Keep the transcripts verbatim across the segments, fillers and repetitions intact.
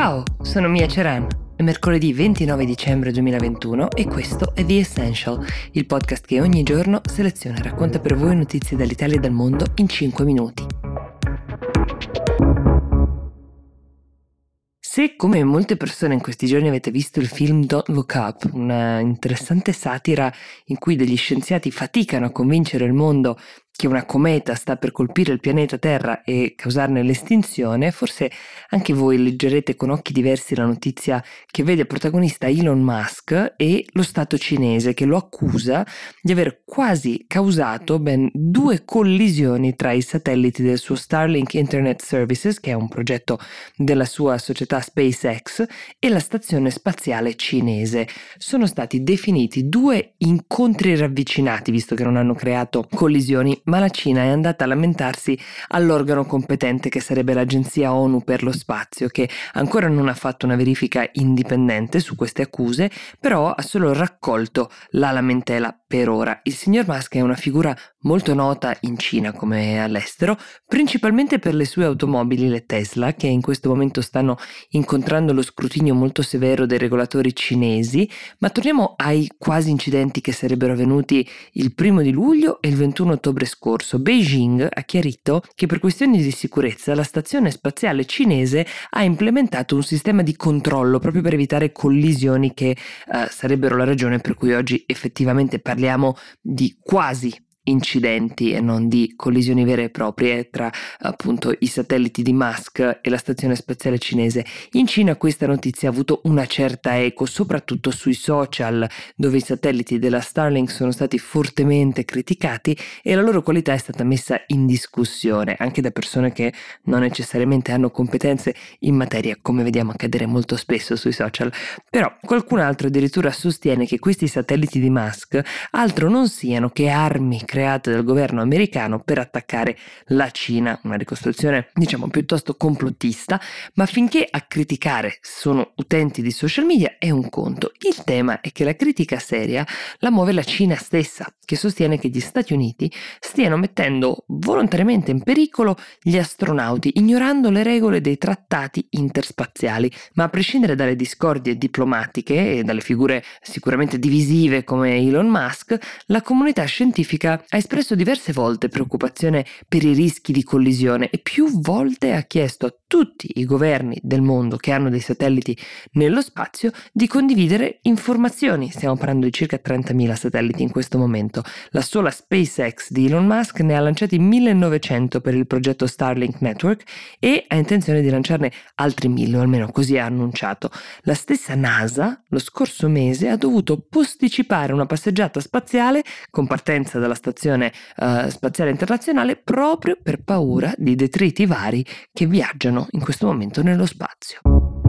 Ciao, sono Mia Ceran. È mercoledì ventinove dicembre duemilaventuno e questo è The Essential, il podcast che ogni giorno seleziona e racconta per voi notizie dall'Italia e dal mondo in cinque minuti. Se, come molte persone in questi giorni, avete visto il film Don't Look Up, una interessante satira in cui degli scienziati faticano a convincere il mondo che una cometa sta per colpire il pianeta Terra e causarne l'estinzione, forse anche voi leggerete con occhi diversi la notizia che vede protagonista Elon Musk e lo Stato cinese che lo accusa di aver quasi causato ben due collisioni tra i satelliti del suo Starlink Internet Services, che è un progetto della sua società SpaceX, e la stazione spaziale cinese. Sono stati definiti due incontri ravvicinati, visto che non hanno creato collisioni, ma la Cina è andata a lamentarsi all'organo competente che sarebbe l'Agenzia ONU per lo Spazio, che ancora non ha fatto una verifica indipendente su queste accuse, però ha solo raccolto la lamentela per ora. Il signor Musk è una figura molto nota in Cina come all'estero, principalmente per le sue automobili, le Tesla, che in questo momento stanno incontrando lo scrutinio molto severo dei regolatori cinesi. Ma torniamo ai quasi incidenti che sarebbero avvenuti il primo di luglio e il ventuno ottobre scorso. Beijing ha chiarito che per questioni di sicurezza la stazione spaziale cinese ha implementato un sistema di controllo proprio per evitare collisioni che eh, sarebbero la ragione per cui oggi effettivamente parliamo di quasi incidenti e non di collisioni vere e proprie tra appunto i satelliti di Musk e la stazione spaziale cinese. In Cina questa notizia ha avuto una certa eco, soprattutto sui social, dove i satelliti della Starlink sono stati fortemente criticati e la loro qualità è stata messa in discussione anche da persone che non necessariamente hanno competenze in materia, come vediamo accadere molto spesso sui social. Però qualcun altro addirittura sostiene che questi satelliti di Musk altro non siano che armi create dal governo americano per attaccare la Cina, una ricostruzione diciamo piuttosto complottista, ma finché a criticare sono utenti di social media è un conto. Il tema è che la critica seria la muove la Cina stessa, che sostiene che gli Stati Uniti stiano mettendo volontariamente in pericolo gli astronauti, ignorando le regole dei trattati interspaziali. Ma a prescindere dalle discordie diplomatiche e dalle figure sicuramente divisive come Elon Musk, la comunità scientifica ha espresso diverse volte preoccupazione per i rischi di collisione e più volte ha chiesto a tutti i governi del mondo che hanno dei satelliti nello spazio di condividere informazioni. Stiamo parlando di circa trentamila satelliti in questo momento. La sola SpaceX di Elon Musk ne ha lanciati millenovecento per il progetto Starlink Network e ha intenzione di lanciarne altri mille, o almeno così ha annunciato. La stessa NASA lo scorso mese ha dovuto posticipare una passeggiata spaziale con partenza dalla stazione uh, spaziale internazionale proprio per paura di detriti vari che viaggiano in questo momento nello spazio.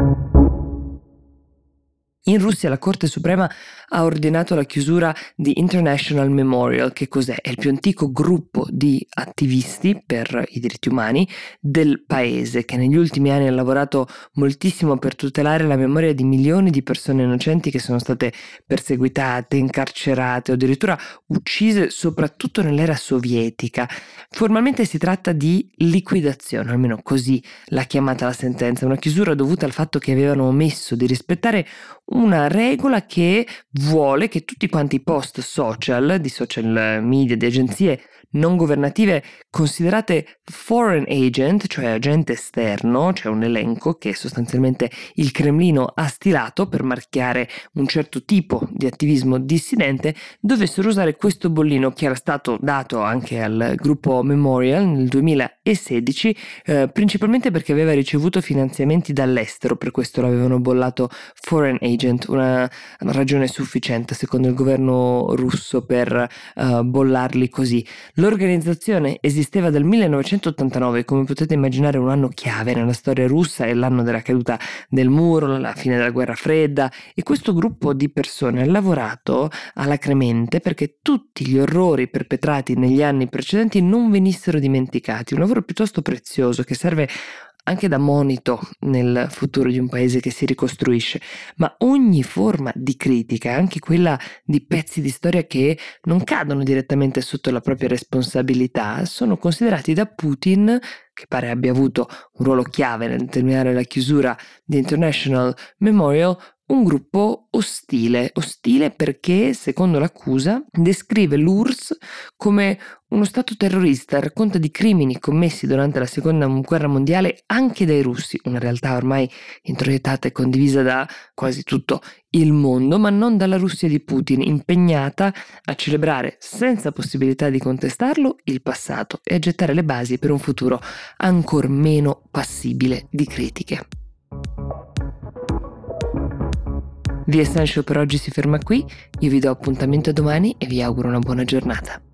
In Russia la Corte Suprema ha ordinato la chiusura di International Memorial. Che cos'è? È il più antico gruppo di attivisti per i diritti umani del paese, che negli ultimi anni ha lavorato moltissimo per tutelare la memoria di milioni di persone innocenti che sono state perseguitate, incarcerate o addirittura uccise soprattutto nell'era sovietica. Formalmente si tratta di liquidazione, almeno così l'ha chiamata la sentenza, una chiusura dovuta al fatto che avevano omesso di rispettare una regola che vuole che tutti quanti i post social, di social media, di agenzie non governative considerate foreign agent, cioè agente esterno, cioè un elenco che sostanzialmente il Cremlino ha stilato per marchiare un certo tipo di attivismo dissidente, dovessero usare questo bollino che era stato dato anche al gruppo Memorial nel duemilasedici, eh, principalmente perché aveva ricevuto finanziamenti dall'estero, per questo l'avevano bollato foreign agent, una, una ragione sufficiente secondo il governo russo per uh, bollarli così. L'organizzazione esisteva dal millenovecentottantanove, come potete immaginare un anno chiave nella storia russa, è l'anno della caduta del muro, la fine della guerra fredda, e questo gruppo di persone ha lavorato alacremente perché tutti gli orrori perpetrati negli anni precedenti non venissero dimenticati, un lavoro piuttosto prezioso che serve anche da monito nel futuro di un paese che si ricostruisce, ma ogni forma di critica, anche quella di pezzi di storia che non cadono direttamente sotto la propria responsabilità, sono considerati da Putin, che pare abbia avuto un ruolo chiave nel determinare la chiusura di International Memorial, un gruppo ostile, ostile perché, secondo l'accusa, descrive l'U R S S come uno stato terrorista, racconta di crimini commessi durante la seconda guerra mondiale anche dai russi, una realtà ormai introiettata e condivisa da quasi tutto il mondo, ma non dalla Russia di Putin, impegnata a celebrare senza possibilità di contestarlo il passato e a gettare le basi per un futuro ancor meno passibile di critiche. The Essential per oggi si ferma qui, io vi do appuntamento domani e vi auguro una buona giornata.